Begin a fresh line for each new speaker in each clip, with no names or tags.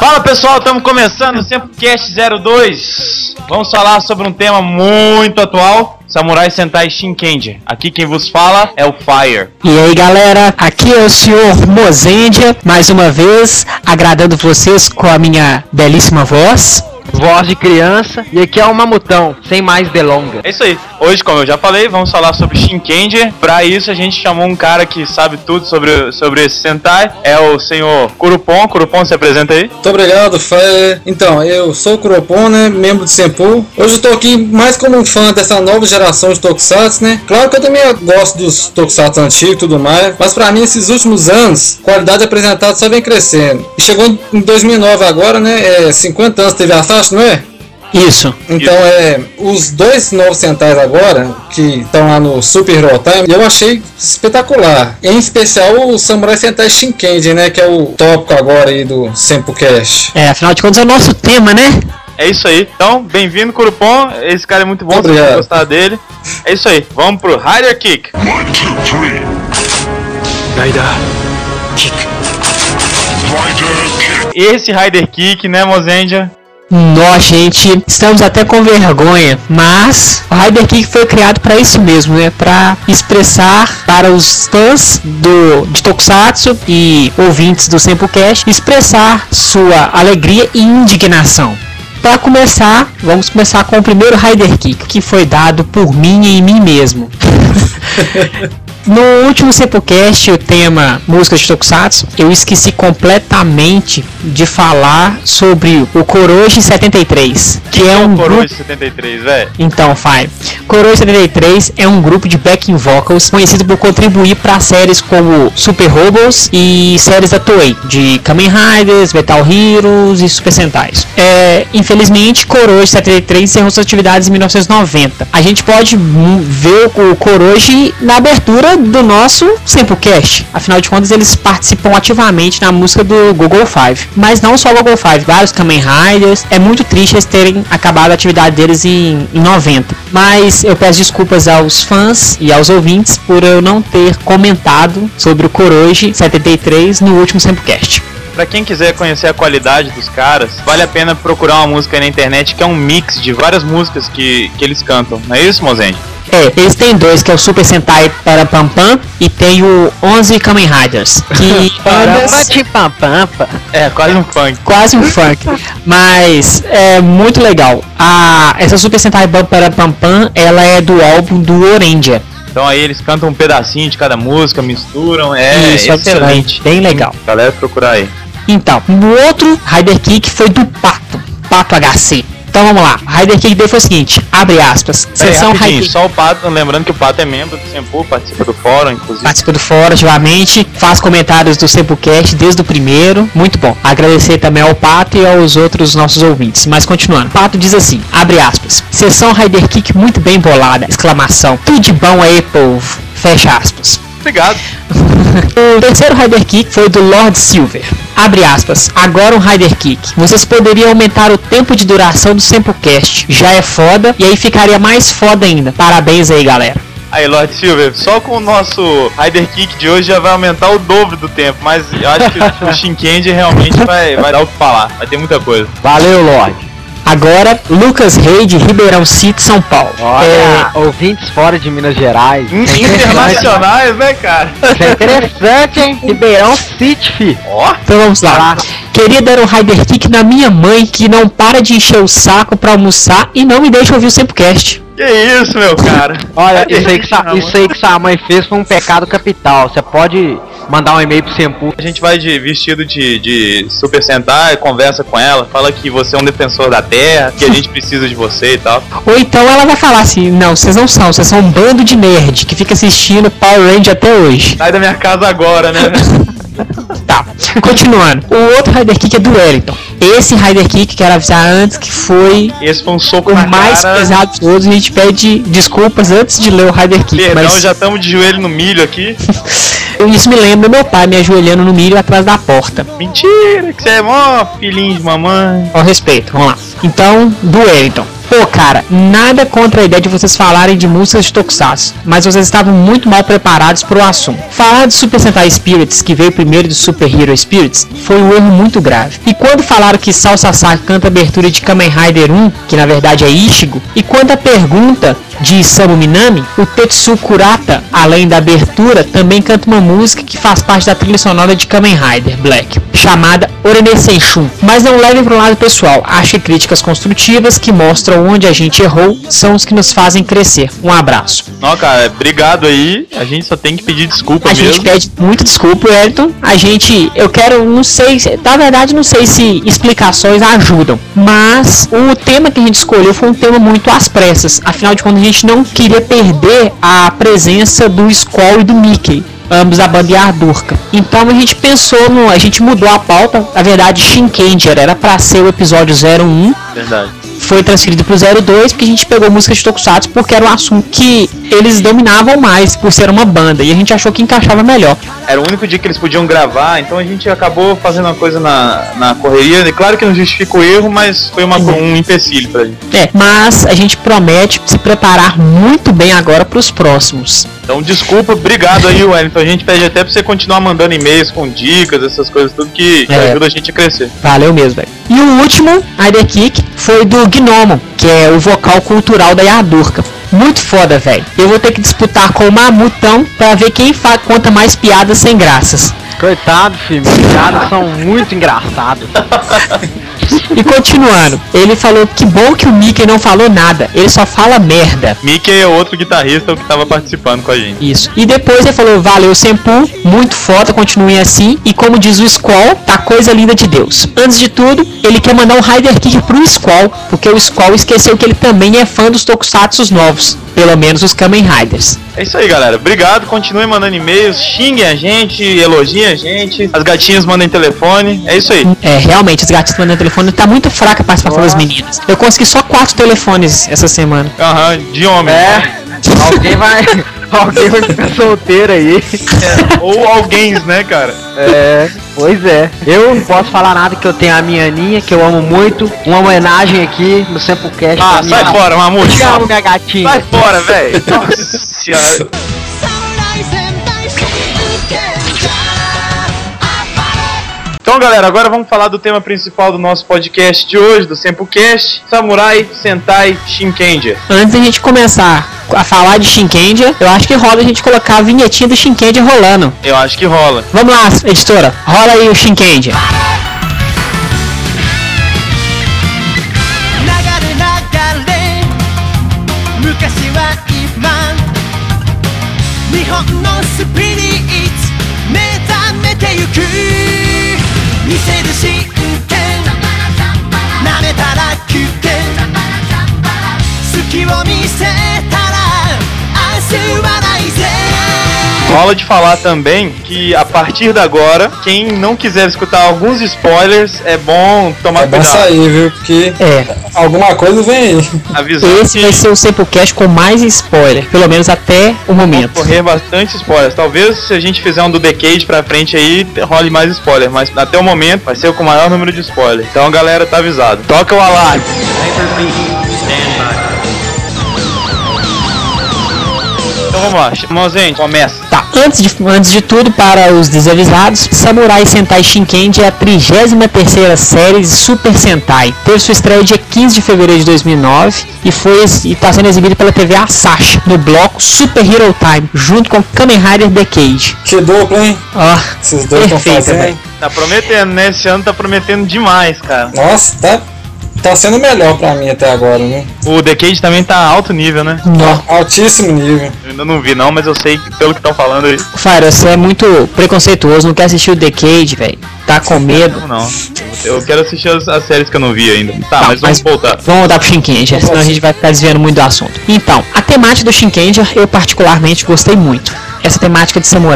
Fala pessoal, estamos começando o Sempocast 02. Vamos falar sobre um tema muito atual: Samurai Sentai Shinkendi. Aqui quem vos fala é o Fire.
E aí galera, aqui é o senhor Mozendia, mais uma vez agradando vocês com a minha belíssima voz.
Voz de criança, e aqui é o Mamutão, sem mais delongas.
É isso aí. Hoje, como eu já falei, vamos falar sobre Shinkendi. Pra isso a gente chamou um cara que sabe tudo sobre esse Sentai. É o senhor Kurupon. Kurupon, se apresenta aí.
Muito obrigado, Fé. Então, eu sou o Kurupon, né, membro do Senpu. Hoje eu tô aqui mais como um fã dessa nova geração de Tokusatsu, né. Claro que eu também gosto dos Tokusatsu antigos e tudo mais, mas pra mim esses últimos anos, a qualidade apresentada só vem crescendo. E chegou em 2009 agora, né, 50 anos teve a faixa, não é?
Isso.
Então os dois novos Sentais agora, que estão lá no Super Hero Time, eu achei espetacular. Em especial o Samurai Sentai Shinkendi, né, que é o tópico agora aí do Sempocast.
Afinal de contas é o nosso tema, né?
É isso aí. Então, bem-vindo, Kurupon. Esse cara é muito bom, você vai gostar dele. É isso aí. Vamos pro Rider Kick. 1, 2, 3. Rider Kick. Esse Rider Kick, né, Mozendia?
Nós, gente, estamos até com vergonha, mas o Rider Kick foi criado para isso mesmo, né? Para expressar para os fãs de Tokusatsu e ouvintes do Sempocast, expressar sua alegria e indignação. Para começar, vamos começar com o primeiro Rider Kick, que foi dado por mim e em mim mesmo. No último Sempocast, o tema música de Tokusatsu, eu esqueci completamente de falar sobre o Koroji 73, que é um
Koroji 73, velho.
Então, Fai. Koroji 73 é um grupo de backing vocals conhecido por contribuir para séries como Super Robots e séries da Toei, de Kamen Riders, Metal Heroes e Super Sentais. Infelizmente, Koroji 73 encerrou suas atividades em 1990. A gente pode ver o Koroji na abertura do nosso Sempocast. Afinal de contas, eles participam ativamente na música do Google Five. Mas não só o Google Five, vários Kamen Riders. É muito triste eles terem acabado a atividade deles em 90. Mas eu peço desculpas aos fãs e aos ouvintes por eu não ter comentado sobre o Koroji 73 no último Sempocast.
Pra quem quiser conhecer a qualidade dos caras, vale a pena procurar uma música aí na internet que é um mix de várias músicas que eles cantam. Não é isso, Mozendia?
Eles têm dois, que é o Super Sentai Para Pam Pam e tem o 11 Kamen Riders. Que
é quase um funk.
Quase um funk. Mas é muito legal. Essa Super Sentai Para Pam Pam, ela é do álbum do Orendia.
Então aí eles cantam um pedacinho de cada música, misturam,
Isso, excelente. Bem legal.
Galera, procurar aí.
Então, o outro Rider Kick foi do Pato HC. Então vamos lá, o Rider Kick dele foi o seguinte, abre aspas,
sessão Rider... Só o Pato, lembrando que o Pato é membro do Senpu, participa do fórum, inclusive.
Participa do fórum ativamente, faz comentários do Sempocast desde o primeiro, muito bom. Agradecer também ao Pato e aos outros nossos ouvintes. Mas continuando, o Pato diz assim, abre aspas, sessão Rider Kick muito bem bolada, exclamação, tudo de bom aí, povo, fecha aspas.
Obrigado.
O terceiro Rider Kick foi do Lord Silver. Abre aspas, agora um Rider Kick. Vocês poderiam aumentar o tempo de duração do Sempocast. Já é foda, e aí ficaria mais foda ainda. Parabéns aí, galera.
Aí, Lord Silver, só com o nosso Rider Kick de hoje já vai aumentar o dobro do tempo. Mas eu acho que o Shinkendi realmente vai dar o que falar. Vai ter muita coisa.
Valeu, Lord.
Agora, Lucas Rey de Ribeirão City, São Paulo.
Olha, ouvintes fora de Minas Gerais.
Internacionais, né, cara?
Isso é interessante, hein? Ribeirão City, fi.
Então vamos lá. Queria dar um Rider Kick na minha mãe, que não para de encher o saco pra almoçar e não me deixa ouvir o Sempocast.
Que isso, meu cara?
Olha, isso aí que sua mãe fez foi um pecado capital. Você pode mandar um e-mail pro Senpu.
A gente vai vestido de Super Sentai, conversa com ela, fala que você é um defensor da Terra, que a gente precisa de você e tal.
Ou então ela vai falar assim, não, vocês não são, vocês são um bando de nerd que fica assistindo Power Ranger até hoje.
Sai da minha casa agora, né?
Tá, continuando. O outro Rider Kick é do Wellington. Esse Rider Kick, quero avisar antes que foi
esse foi um soco
o
na
mais
cara.
pesado de todos. A gente pede desculpas antes de ler o Rider Kick.
Perdão,
mas
já estamos de joelho no milho aqui.
Isso me lembra meu pai me ajoelhando no milho atrás da porta.
Mentira, que você é mó filhinho de mamãe.
Ao respeito, vamos lá. Então, do Wellington. Pô, cara, nada contra a ideia de vocês falarem de músicas de Tokusatsu, mas vocês estavam muito mal preparados pro assunto. Falar de Super Sentai Spirits, que veio primeiro do Super Hero Spirits, foi um erro muito grave. E quando falaram que Sao Sasaki canta a abertura de Kamen Rider 1, que na verdade é Ichigo, e quando a pergunta de Isamu Minami, o Tetsu Kurata, além da abertura, também canta uma música que faz parte da trilha sonora de Kamen Rider Black, chamada Orene Senshun. Mas não levem para o lado pessoal, ache críticas construtivas que mostram onde a gente errou, são os que nos fazem crescer. Um abraço.
Não, cara, obrigado aí, a gente só tem que pedir desculpa mesmo.
A gente pede muito desculpa, Elton, não sei, na verdade não sei se explicações ajudam, mas o tema que a gente escolheu foi um tema muito às pressas, afinal de contas a gente não queria perder a presença do Squall e do Mickey, ambos da banda Yardurka. Então a gente pensou a gente mudou a pauta, na verdade Shinkenger era pra ser o episódio 01.
Verdade.
Foi transferido pro 02 porque a gente pegou música de Tokusatsu porque era um assunto que eles dominavam mais por ser uma banda e a gente achou que encaixava melhor.
Era o único dia que eles podiam gravar, então a gente acabou fazendo uma coisa na correria. E claro que não justifica o erro, mas foi um empecilho pra gente.
Mas a gente promete se preparar muito bem agora pros próximos.
Então desculpa, obrigado aí, Wellington. A gente pede até pra você continuar mandando e-mails com dicas, essas coisas tudo que ajuda a gente a crescer.
Valeu mesmo, velho. E o último, Rider Kick, foi do Gnomo, que é o vocal cultural da Yardurka. Muito foda, velho. Eu vou ter que disputar com o Mamutão pra ver quem conta mais piadas sem graças.
Coitado, filho, as piadas são muito engraçadas.
E continuando, ele falou que bom que o Mickey não falou nada, ele só fala merda.
Mickey é outro guitarrista que tava participando com a gente.
Isso. E depois ele falou, valeu Senpu, muito foda, continuem assim. E como diz o Squall, tá coisa linda de Deus. Antes de tudo, ele quer mandar um Rider Kick pro Squall, porque o Squall esqueceu que ele também é fã dos Tokusatsu novos, pelo menos os Kamen Riders.
É isso aí, galera. Obrigado, continuem mandando e-mails, xinguem a gente, elogiem a gente. As gatinhas mandem telefone, é isso aí.
Realmente, as gatinhas mandando telefone, tá muito fraca a participação das meninas. Eu consegui só 4 telefones essa semana.
De homem.
Alguém vai ficar solteiro aí.
Ou alguém, né, cara?
Pois é. Eu não posso falar nada que eu tenho a minha Aninha, que eu amo muito. Uma homenagem aqui no Samplecast.
Sai fora, Mamute.
Te amo, minha gatinha.
Sai fora, velho. Nossa senhora. Então, galera, agora vamos falar do tema principal do nosso podcast de hoje, do Samplecast, Samurai Sentai Shinkenger.
Antes da gente começar a falar de Shinkenger, eu acho que rola a gente colocar a vinhetinha do Shinkenger rolando.
Eu acho que rola.
Vamos lá, editora, rola aí o Shinkenger.
Rola de falar também que a partir de agora, quem não quiser escutar alguns spoilers, é bom tomar cuidado.
É bom sair, viu? Porque alguma coisa vem aí.
Avisando.
Esse vai ser o Samplecast com mais spoiler, pelo menos até o momento.
Vamos correr bastante spoilers. Talvez se a gente fizer um do Decade pra frente aí, role mais spoiler, mas até o momento vai ser o com o maior número de spoilers. Então, galera, tá avisado. Toca o alarme. Então vamos lá, Mozen, começa.
Tá, antes de tudo, para os desavisados, Samurai Sentai Shinkenger é a 33ª série de Super Sentai. Teve sua estreia dia 15 de fevereiro de 2009 e está sendo exibido pela TV Asahi, no bloco Super Hero Time, junto com Kamen Rider Decade.
Que dupla, hein? Esses dois estão fazendo.
Tá prometendo, né? Esse ano tá prometendo demais, cara.
Nossa, tá sendo melhor pra mim até agora, né?
O Decade também tá alto nível, né?
Altíssimo nível.
Eu ainda não vi não, mas eu sei pelo que estão falando aí.
Fire, você é muito preconceituoso, não quer assistir o Decade, velho. Tá com medo?
Não. Eu quero assistir as séries que eu não vi ainda. Tá, mas vamos voltar.
Vamos voltar pro Shinkenger, senão a gente vai ficar desviando muito do assunto. Então, a temática do Shinkenger eu particularmente gostei muito. Essa temática de samurai.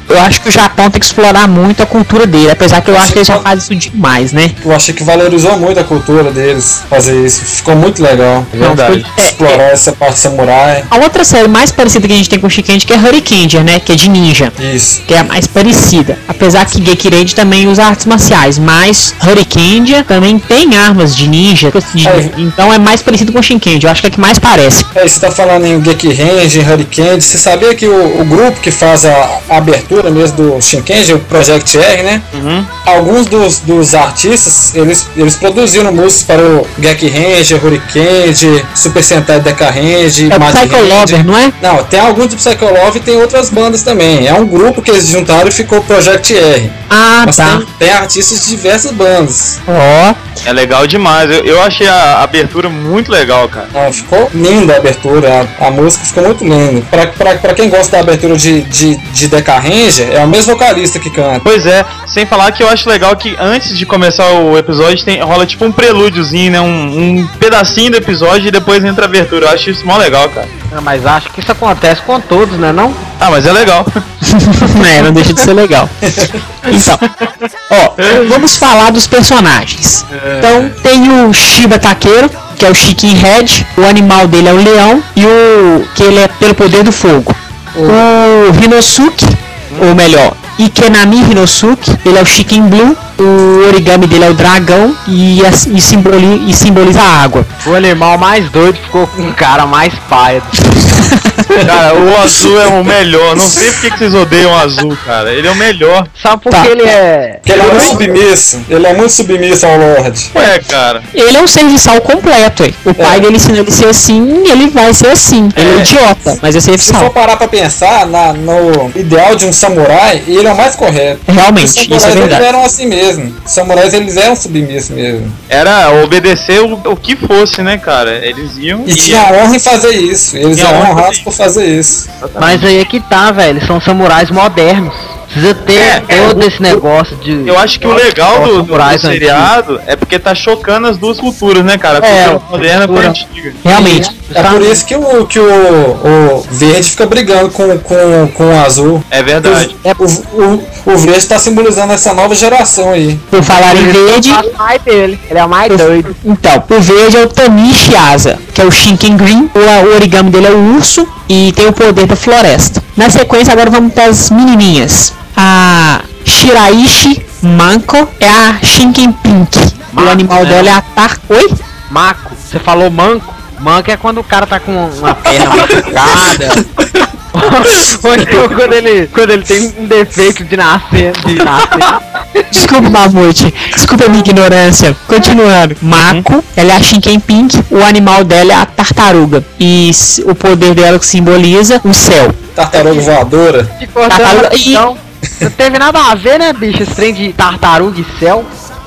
Eu acho que o Japão tem que explorar muito a cultura dele, apesar que eu acho que eles já fazem isso demais, né?
Eu achei que valorizou muito a cultura deles fazer isso. Ficou muito legal.
É verdade.
Explorar essa parte samurai.
A outra série mais parecida que a gente tem com o Shinkenger, que é Hurricane, né? Que é de ninja.
Isso.
Que é a mais parecida. Apesar que Gekirendi também usa artes marciais, mas Hurricane também tem armas de ninja. Então é mais parecido com o Shinkenger. Eu acho que é que mais parece.
Você tá falando em Gekirendi, Hurricane. Você sabia que o grupo que faz a abertura mesmo do Shinkenger, o Project R, né?
Uhum.
Alguns dos artistas, eles produziram músicas para o Gekirendi, Hurricane, Super Sentai Dekarendi,
É o Psycho Lover, não é?
Não, tem alguns do Psycho Love e tem outras bandas também. É um grupo que eles juntaram e ficou Project R.
Ah,
mas
tá.
tem artistas de diversas bandas.
Ó.
É legal demais. Eu achei a abertura muito legal, cara.
Não, ficou linda a abertura. A música ficou muito linda. Pra quem gosta da abertura de Dekarendi, é o mesmo vocalista que canta.
Pois é, sem falar que eu acho legal que antes de começar o episódio rola tipo um prelúdiozinho, né? Um pedacinho do episódio e depois entra a abertura. Eu acho isso mó legal, cara.
Mas acho que isso acontece com todos, né não?
Ah, mas é legal.
Não deixa de ser legal. Então, ó, vamos falar dos personagens. Então, tem o Shiba Takeru, que é o Chicken Head. O animal dele é o leão. E que ele é pelo poder do fogo. O Rinosuke, ou melhor, Ikenami Rinosuke, ele é o Chicken Blue. O origami dele é o dragão e simboliza a água.
O animal mais doido ficou com o cara mais paia.
Cara, o azul é o melhor. Não sei porque que vocês odeiam o azul, cara. Ele é o melhor.
Sabe por que ele é...
Porque ele é muito submisso. Ele é muito submisso ao Lorde.
Ué, cara.
Ele é um serviçal completo, hein? O pai dele ensinou ele a ser assim e ele vai ser assim. Ele é idiota, mas é
Se
serviçal.
for parar pra pensar no ideal de um samurai, ele é o mais correto.
Realmente,
Os
isso é
samurais
verdade.
eles eram assim mesmo. Os samurais eles eram submissos mesmo.
Era obedecer o que fosse, né, cara? Eles iam.
E tinha honra em fazer isso. Eles
Tinha
eram
honra
honrados
em-
por fazer isso.
Mas aí é que tá, velho. São samurais modernos. Precisa ter todo esse negócio de...
Eu acho que o legal do
samurais
seriado é porque tá chocando as duas culturas, né, cara? A cultura moderna com a antiga.
Realmente.
É por isso que o verde fica brigando com o azul.
É verdade.
O verde está simbolizando essa nova geração aí.
Por falar em verde,
dele. Ele é o mais doido.
então, o verde é o Tamishi Asa, que é o Shinken Green. O origami dele é o urso e tem o poder da floresta. Na sequência, agora vamos para as menininhas. A Shiraishi Manko é a Shinken Pink. O animal dela é a Oi?
Maco. Você falou manco? Manco é quando o cara tá com uma perna machucada. Ou então quando ele tem um defeito de nascer.
Desculpa, Mamute. Desculpa a minha ignorância. Continuando. Mako, ela é a Shinken Pink. O animal dela é a tartaruga. E o poder dela que simboliza o céu.
Tartaruga voadora.
Te cortando,
Tartaruga-
então, não teve nada a ver, né, bicho? Esse trem de tartaruga e céu.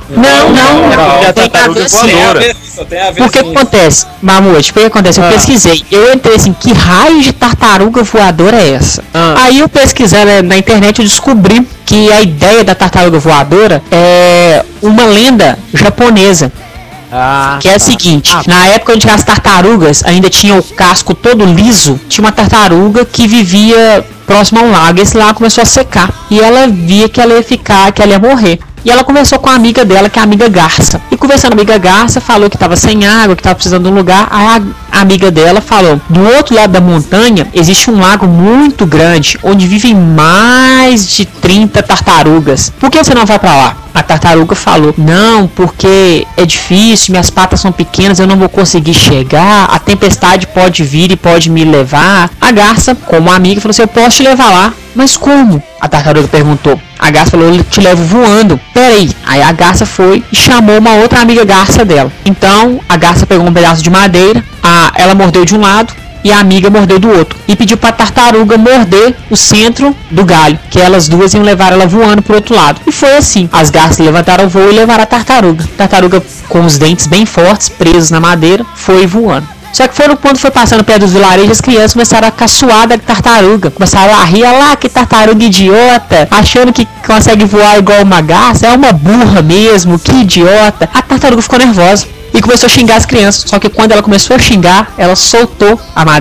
Não. Tem a
tartaruga
ver sim.
voadora.
Só tem a ver
Por que
sim.
acontece, Mamute? O que acontece? Eu pesquisei. Eu entrei assim, que raio de tartaruga voadora é essa? Aí eu pesquisando na internet eu descobri que a ideia da tartaruga voadora é uma lenda japonesa. Que é a seguinte, na época onde as tartarugas ainda tinham o casco todo liso, tinha uma tartaruga que vivia próximo a um lago. Esse lago começou a secar e ela via que ela ia morrer. E ela conversou com a amiga dela, que é a amiga Garça. E conversando com a amiga Garça, falou que estava sem água, que estava precisando de um lugar. Aí a amiga dela falou: do outro lado da montanha existe um lago muito grande, onde vivem mais de 30 tartarugas. Por que você não vai para lá? A tartaruga falou: não, porque é difícil, minhas patas são pequenas, eu não vou conseguir chegar, a tempestade pode vir e pode me levar. A Garça, como amiga, falou assim: eu posso te levar lá. Mas como? A tartaruga perguntou. A Garça falou: eu te levo voando. Peraí. Aí a Garça foi e chamou uma outra amiga Garça dela. Então a Garça pegou um pedaço de madeira, ela mordeu de um lado e a amiga mordeu do outro. E pediu pra tartaruga morder o centro do galho, que elas duas iam levar ela voando pro outro lado. E foi assim. As garças levantaram o voo e levaram a tartaruga. A tartaruga, com os dentes bem fortes, presos na madeira, foi voando. Só que quando foi passando perto dos vilarejos, as crianças começaram a caçoar da tartaruga. Começaram a rir: olha lá, que tartaruga idiota, achando que consegue voar igual uma garça, é uma burra mesmo, que idiota. A tartaruga ficou nervosa e começou a xingar as crianças. Só que quando ela começou a xingar, ela soltou a madeira.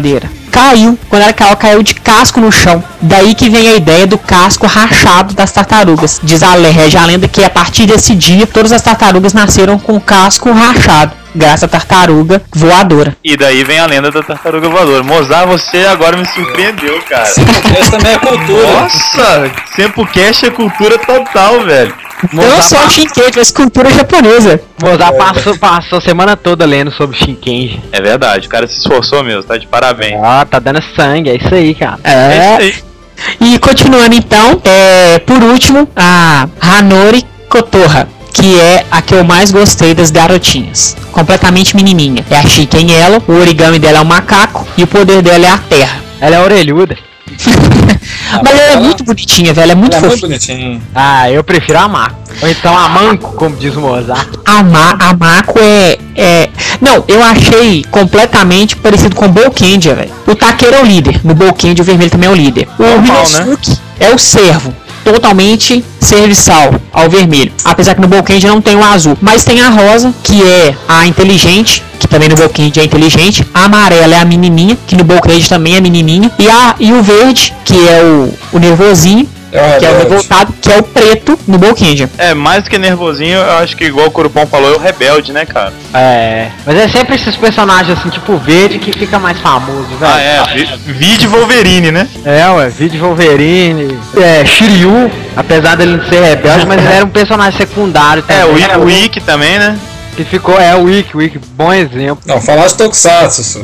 caiu. Quando ela caiu de casco no chão. Daí que vem a ideia do casco rachado das tartarugas. Rege a lenda que a partir desse dia, todas as tartarugas nasceram com o casco rachado. Graças à tartaruga voadora.
E daí vem a lenda da tartaruga voadora. Mozart, você agora me surpreendeu, cara.
Essa também é cultura.
Nossa, Sempocast é cultura total, velho.
Não só o Shinkenji, mas cultura japonesa.
Mozart passou a semana toda lendo sobre Shinkenji.
É verdade, o cara se esforçou mesmo, tá de parabéns.
Ah, tá dando sangue, é isso aí, cara.
É isso aí.
E continuando então, por último, a Hanori Kotoha, que é a que eu mais gostei das garotinhas. Completamente menininha. É a Shiken Elo, o origami dela é um macaco e o poder dela é a terra.
Ela é orelhuda.
Mas ela é muito bonitinha, velho, é muito fofinha.
Muito bonitinha.
Ah, eu prefiro a Mako. Ou então a Manco, como diz o Mozart.
A Mako Não, eu achei completamente parecido com o Boukendia, velho. O Takeru é o líder, no Boukendia o vermelho também é o líder. O Rinosuke é o servo, totalmente serviçal ao vermelho. Apesar que no Boukendia não tem o azul, mas tem a rosa, que é a inteligente, que também no Boukendia é inteligente. A amarela é a menininha, que no Boukendia também é menininha. E o verde, que é o nervosinho, que é o revoltado, que é o preto no Boukendia.
É, mais do que nervosinho, eu acho que igual o Corupão falou, é o rebelde, né, cara?
É, mas é sempre esses personagens assim, tipo verde, que fica mais famoso, velho.
Ah, é, Vide Wolverine, né?
É, ué, Vide Wolverine, Shiryu, apesar dele não ser rebelde, mas ele era um personagem secundário também.
É, o Ikki também, né?
Que ficou, o Ikki, bom exemplo.
Não, falar de Tokusatsu.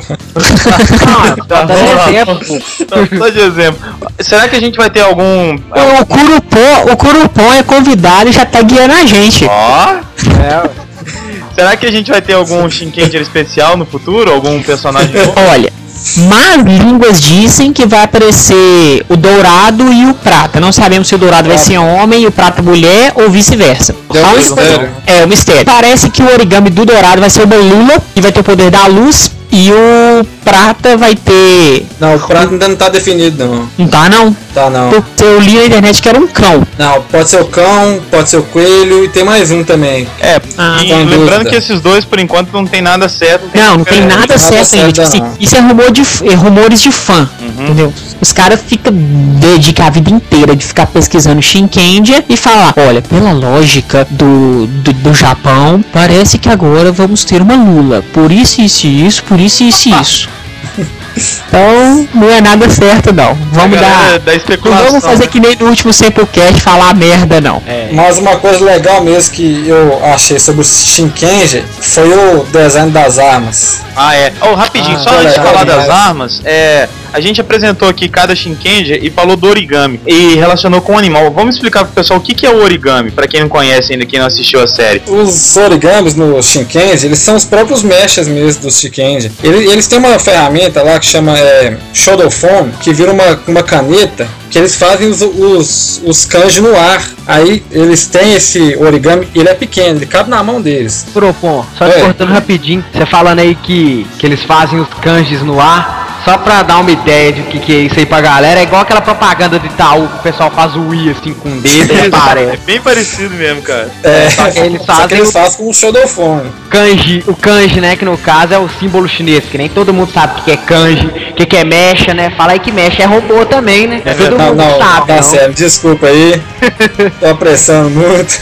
Só de exemplo. Será que a gente vai ter algum...
O Curupom é convidado e já tá guiando a gente.
Ó! Será que a gente vai ter algum Shinkenger especial no futuro? Algum personagem novo?
Olha, más línguas dizem que vai aparecer o dourado e o prata. Não sabemos se o dourado vai ser homem e o prata mulher ou vice-versa. É um mistério. Parece que o origami do dourado vai ser uma lula e vai ter o poder da luz. E o prata vai ter...
Não, o prata ainda não tá definido, não.
Não tá, não?
Tá, não.
Porque eu li na internet que era um cão.
Não, pode ser o cão, pode ser o coelho e tem mais um também.
E lembrando que esses dois, por enquanto, não tem nada certo.
Não tem nada certo ainda. Tipo assim, isso é rumores de fã, entendeu? Os caras dedicam a vida inteira de ficar pesquisando Shinkendia e falar, olha, pela lógica do Japão, parece que agora vamos ter uma lula. Por isso, por isso. Então, não é nada certo, não. Vamos
especulação,
não vamos fazer, né? Que nem no último Samplecast falar merda, não.
Mas uma coisa legal mesmo que eu achei sobre o Shinkenji foi o design das armas.
Rapidinho, só antes de falar das armas, a gente apresentou aqui cada Shinkenji e falou do origami e relacionou com o animal. Vamos explicar pro pessoal o que é o origami, pra quem não conhece ainda, quem não assistiu a série.
Os origamis no Shinkenji, eles são os próprios mechas mesmo do Shinkenji. Eles têm uma ferramenta lá que chama Shodophone, que vira uma caneta, que eles fazem os kanji no ar. Aí eles têm esse origami, ele é pequeno, ele cabe na mão deles.
Propon, só te cortando rapidinho, você falando aí que eles fazem os kanjis no ar. Só pra dar uma ideia de o que é isso aí pra galera, é igual aquela propaganda de Itaú que o pessoal faz o I assim com o dedo e aparece.
É bem parecido mesmo, cara.
Só que eles fazem
com o Shodophone.
O kanji, né, que no caso é o símbolo chinês, que nem todo mundo sabe o que é kanji, o que é mecha, né? Fala aí que mecha é robô também, né? Todo mundo sabe.
Tá sério, desculpa aí. Tô apressando muito.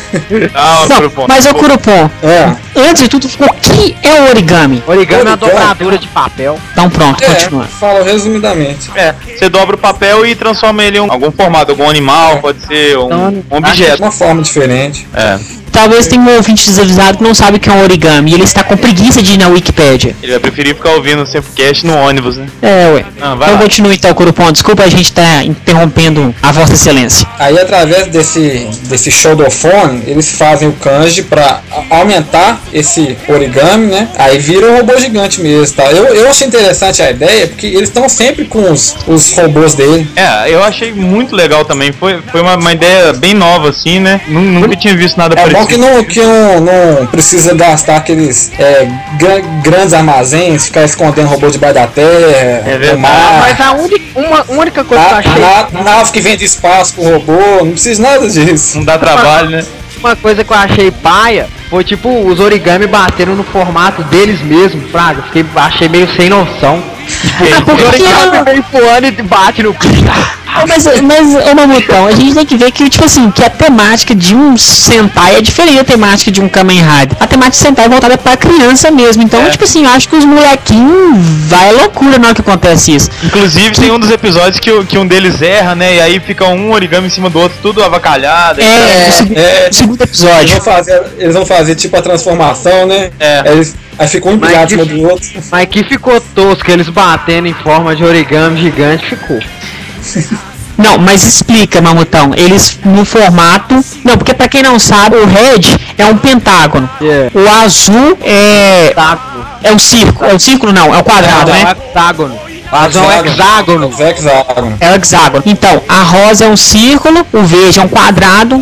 Mas o Curupom, antes de tudo, o que é o origami?
Origami é uma dobradura de papel.
Então pronto, continua.
Falo resumidamente.
Você dobra o papel e transforma ele em algum formato, algum animal, pode ser um objeto.
Uma forma diferente.
Talvez tenha um ouvinte desavisado que não sabe o que é um origami e ele está com preguiça de ir na Wikipedia.
Ele vai preferir ficar ouvindo o Sempocast no ônibus, né?
Então continue então, Curupom. Desculpa a gente estar interrompendo a Vossa Excelência.
Aí através desse Shodophone, eles fazem o kanji para aumentar esse origami, né? Aí vira um robô gigante mesmo, tá? Eu achei interessante a ideia, porque eles estão sempre com os robôs dele.
Eu achei muito legal também. Foi uma ideia bem nova, assim, né? Nunca tinha visto nada parecido.
Que não precisa gastar aqueles grandes armazéns, ficar escondendo robô debaixo da terra.
Mas a única coisa que eu achei...
A nave que vem de espaço com robô, não precisa nada disso.
Não dá trabalho, né?
Uma coisa que eu achei paia foi tipo, os origami bateram no formato deles mesmo, Fraga. Achei meio sem noção. O origami vem voando e bate no bicho.
Mas ô Mamutão, a gente tem que ver que, tipo assim, que a temática de um Sentai é diferente da temática de um Kamen Rider. A temática de Sentai é voltada pra criança mesmo. Então, tipo assim, eu acho que os molequinhos vai loucura na hora que acontece isso.
Inclusive, tem um dos episódios que um deles erra, né? E aí fica um origami em cima do outro, tudo avacalhado.
No segundo episódio.
Eles vão fazer tipo a transformação, né? Aí ficou um empilhado em cima do outro.
Mas que ficou tosco, eles batendo em forma de origami gigante, ficou.
Não, mas explica, Mamutão. Eles no formato. Não, porque pra quem não sabe, o red é um pentágono. O azul é um círculo. É um círculo não, é um quadrado, né?
É um hexágono. O azul é um hexágono.
É um hexágono. Então, a rosa é um círculo, o verde é um quadrado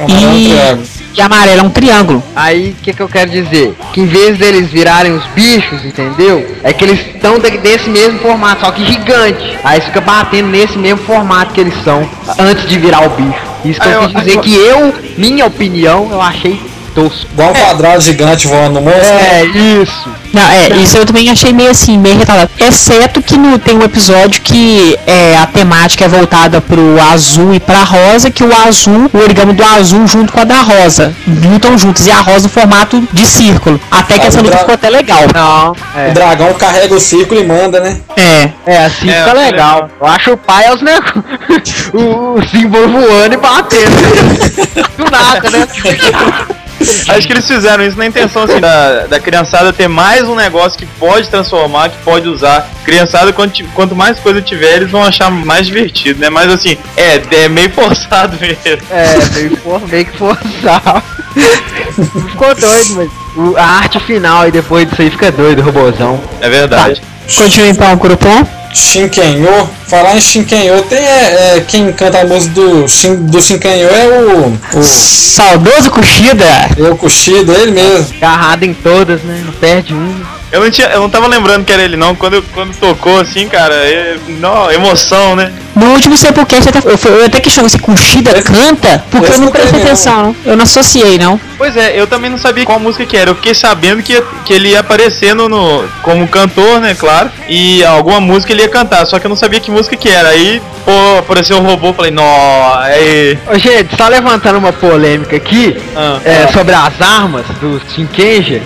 e a amarela é um triângulo.
Aí, o que eu quero dizer? Que em vez deles virarem os bichos, entendeu? É que eles estão desse mesmo formato, só que gigante. Aí fica batendo nesse mesmo formato que eles são antes de virar o bicho. Isso que eu quis dizer que minha opinião, eu achei tosco.
Igual um quadrado gigante voando no monstro.
Isso.
Não, isso eu também achei meio assim, meio retardado. Exceto que tem um episódio que a temática é voltada pro azul e pra rosa, que o origami do azul junto com a da rosa lutam juntos, e a rosa no formato de círculo. Até que essa luta ficou até legal.
Não,
O dragão carrega o círculo e manda, né?
Assim fica legal. Eu acho o pai é os negócios. o símbolo voando e batendo. Do nada, né?
Acho que eles fizeram isso na intenção assim, da criançada ter mais um negócio que pode transformar, que pode usar. Criançada, quanto mais coisa tiver, eles vão achar mais divertido, né? Mas assim, é meio forçado mesmo.
Meio que forçado. Ficou doido, mas a arte final e depois disso aí fica doido, o robôzão.
É verdade.
Continua então, Kurupon.
Shinkenyo. Falar em Shinkenyo, tem quem canta a música do Shinkenyo é o
saudoso Kushida.
O Kushida, ele mesmo.
Agarrado em todas, né? Não perde um.
Eu não tava lembrando que era ele não, quando tocou assim, cara, emoção, né?
No último Samplecast eu até questionei se Kushida canta, porque eu não prestei atenção, não. Eu não associei, não.
Pois é, eu também não sabia qual música que era, eu fiquei sabendo que ele ia aparecer como cantor, né, claro, e alguma música ele ia cantar, só que eu não sabia que música que era, aí, apareceu um robô, falei, nó, aí...
Ô, gente, só levantando uma polêmica aqui, sobre as armas do Shinkenja.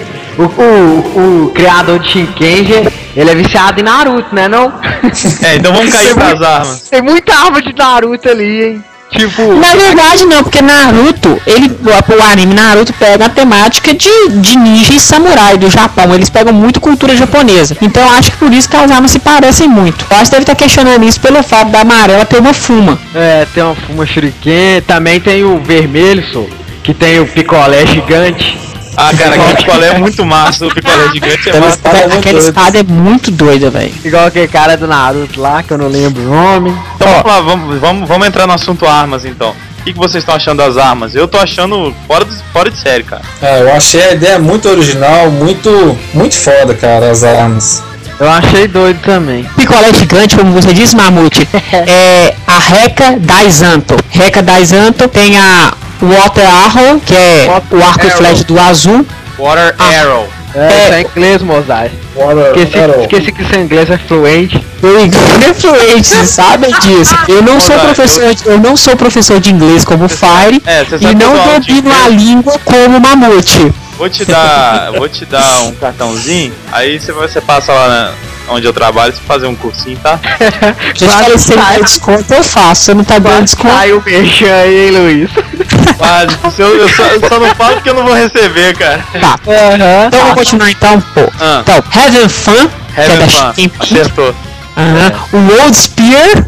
O criador de Shinkenja, ele é viciado em Naruto, né não?
Então vamos cair pras armas.
Tem muita arma de Naruto ali, hein? Tipo...
Na verdade não, porque Naruto, o anime Naruto pega a temática de ninja e samurai do Japão. Eles pegam muito cultura japonesa. Então eu acho que por isso que as armas se parecem muito. Eu acho que deve estar questionando isso pelo fato da amarela ter uma fuma.
Tem uma fuma shuriken, também tem o vermelho, que tem o picolé gigante.
Ah, cara, aquele picolé é muito massa, o picolé gigante é massa.
Aquela espada é muito doida, velho.
Igual aquele cara do Naruto lá, que eu não lembro o nome.
Então vamos lá, vamos entrar no assunto armas então. O que vocês estão achando das armas? Eu tô achando fora de série, cara.
Eu achei a ideia muito original, muito foda, cara, as armas.
Eu achei doido também.
Picolé gigante, como você disse, Mamute, é a Rekka Daizanto. Rekka Daizanto tem a Water Arrow, que é o arco e flecha do azul.
Water Arrow.
Isso é inglês, Mozart. Esqueci que seu inglês é fluente.
O inglês é fluente, vocês sabem disso. Eu não sou professor de inglês como Fire e não domino a língua como Mamute.
Vou te dar um cartãozinho, aí você passa lá onde eu trabalho, você fazer um cursinho, tá?
Já te falei, se der desconto eu faço, você não tá dando desconto.
Ai, o mexão aí, hein, Luiz?
Eu só não falo que eu não vou receber, cara.
Tá. Então vamos continuar então, pô. Então, Heaven Fun,
acertou.
O Old Spear.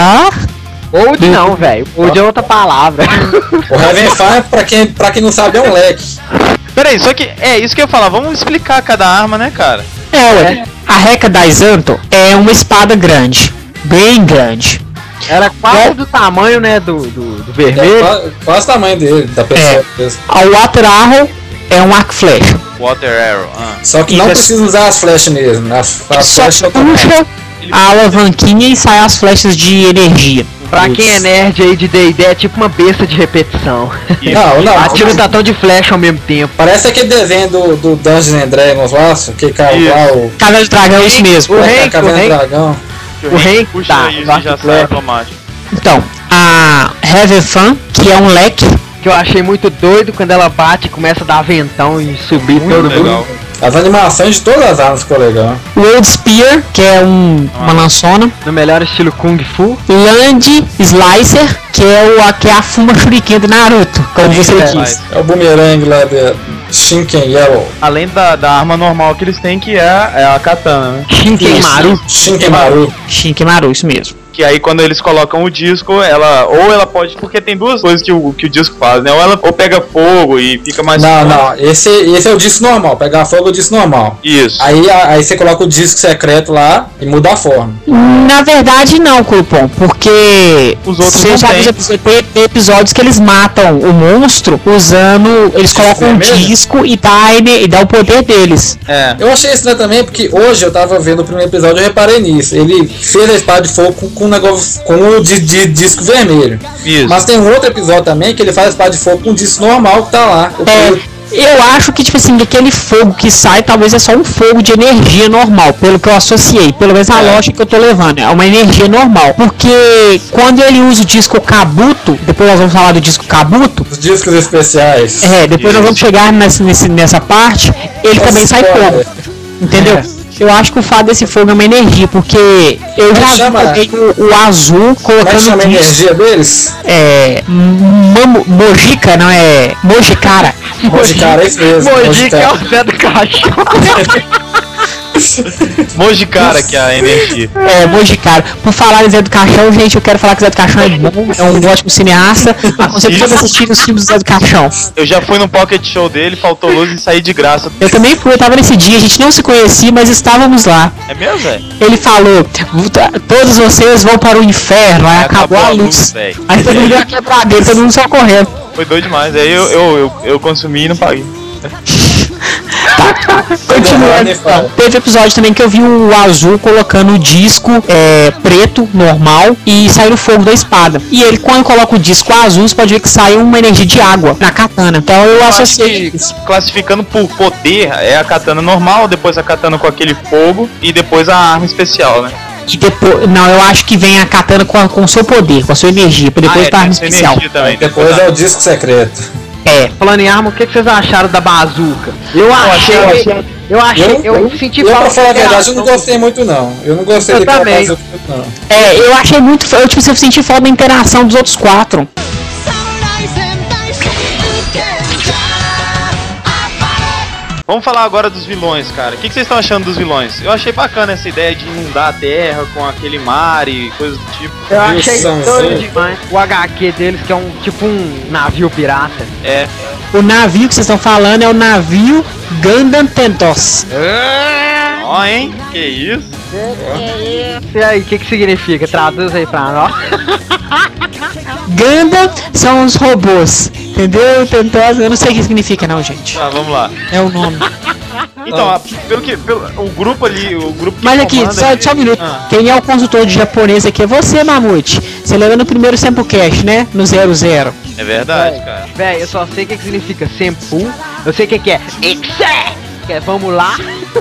Old não, velho. Old é outra palavra.
O Heaven Fun, pra quem não sabe, é um leque.
Peraí, só que é isso que eu ia falar, vamos explicar cada arma, né, cara?
A Rekka Daizanto é uma espada grande, bem grande.
Era quase do tamanho, né, do vermelho.
Quase o tamanho dele, da pessoa mesmo.
A Water Arrow é um arco e flecha.
Water Arrow,
Só que não precisa usar as flechas mesmo, as
só
flechas
puxa a alavanquinha e sai as flechas de energia.
Pra quem é nerd aí de D&D, é tipo uma besta de repetição.
Não.
Atira um tatão de flecha ao mesmo tempo.
Parece aquele desenho do Dungeons and Dragons lá, que caiu lá o...
Caverna do Dragão, isso mesmo.
A Caverna do Dragão.
O rei
puxa
tá,
aí, já sai automático.
Então, a Heavy Fan, que é um leque,
que eu achei muito doido quando ela bate e começa a dar ventão e subir
Muito
todo
legal.
mundo.
As animações de todas as armas ficou legal.
World Spear, que é uma lançona,
No melhor estilo Kung Fu.
Land Slicer, que é a fuma shuriken do Naruto, como você quis.
É o boomerang lá de Shinken Yellow.
Além da arma normal que eles têm, que é a katana, né?
Shinkenmaru.
Shinkenmaru.
Shinkimaru, isso mesmo.
Que aí quando eles colocam o disco, ela pode, porque tem duas coisas que o disco faz, né? Ou pega fogo e fica mais
Não, esse é o disco normal, pegar fogo é o disco normal.
Isso.
Aí você coloca o disco secreto lá e muda a forma.
Na verdade não, Cupom, porque
Os outros
você
não
já
tem.
viu tem episódios que eles matam o monstro usando, eles colocam um
vermelho?
disco e dá o poder deles.
É.
Eu achei estranho também porque hoje eu tava vendo o primeiro episódio e eu reparei nisso. Ele fez a espada de fogo com um negócio, com o de disco vermelho.
Isso.
Mas tem um outro episódio também que ele faz a espada de fogo com um disco normal que tá lá. O preto.
Eu acho que, tipo assim, aquele fogo que sai talvez é só um fogo de energia normal, pelo que eu associei, pelo menos a lógica que eu tô levando, é uma energia normal. Porque quando ele usa o disco Kabuto, depois nós vamos falar do disco Kabuto,
Os discos especiais.
depois nós vamos chegar nessa parte, ele também sai fogo, entendeu? Eu acho que o fato desse fogo é uma energia, porque eu
Como
já
chama?
vi o azul
Como é que chama
colocando
a
disco.
energia deles?
Mojica, não é? Mojicara.
Mojicara, é isso mesmo.
Mojica é o Zé do Cachorro.
Mojicara, que é a energia.
Mojicara. Por falar em Zé do Caixão, gente, eu quero falar que o Zé do Caixão é bom, é um ótimo cineasta. Aconselho todos assistirem os filmes do Zé do Caixão.
Eu já fui no pocket show dele, faltou luz e saí de graça.
Eu também fui, eu tava nesse dia, a gente não se conhecia, mas estávamos lá.
É mesmo, velho?
Ele falou, todos vocês vão para o inferno, aí acabou a luz.
velho.
Aí todo mundo ia quebrar dele, todo mundo só correndo.
Foi doido demais. Aí eu consumi e não paguei.
Continuando, então. Teve episódio também que eu vi o azul colocando o disco preto, normal, e sai o fogo da espada. E ele, quando coloca o disco azul, você pode ver que sai uma energia de água na katana. Então eu associei isso.
Classificando por poder, é a katana normal, depois a katana com aquele fogo e depois a arma especial, né?
E depois, não, eu acho que vem a katana com o seu poder, com a sua energia, pra depois pra arma
tem essa
especial.
energia também.
Depois é o disco secreto.
Falando em arma, o que vocês acharam da bazuca? Eu senti
Eu, pra
falta
falar a
de
verdade, eu não
reação.
gostei muito não. Eu não gostei
Eu
de colocar
também.
as outras, não.
Eu achei muito. Eu senti falta da interação dos outros 4.
Vamos falar agora dos vilões, cara. O que vocês estão achando dos vilões? Eu achei bacana essa ideia de inundar a terra com aquele mar e coisas do tipo.
Eu achei
Wilson,
doido
sim.
demais. O HQ deles, que é um tipo um navio pirata.
É.
O navio que vocês estão falando é o navio Gundam Tentos.
Ó, hein? Que isso?
E aí, o que significa? Traduz aí pra nós.
Gundam são os robôs, entendeu? Tentos, eu não sei o que significa não, gente.
Tá, vamos lá.
É o nome.
Então, o grupo ali, o grupo que
Mas aqui,
comanda
só um minuto.
Ah.
Quem é o consultor de japonês aqui é você, Mamute. Você lembra no primeiro Samplecast, né? No 00.
É verdade, cara.
Véi, eu só sei o que significa Senpu. Eu sei o que é Ixe! Que é vamos lá.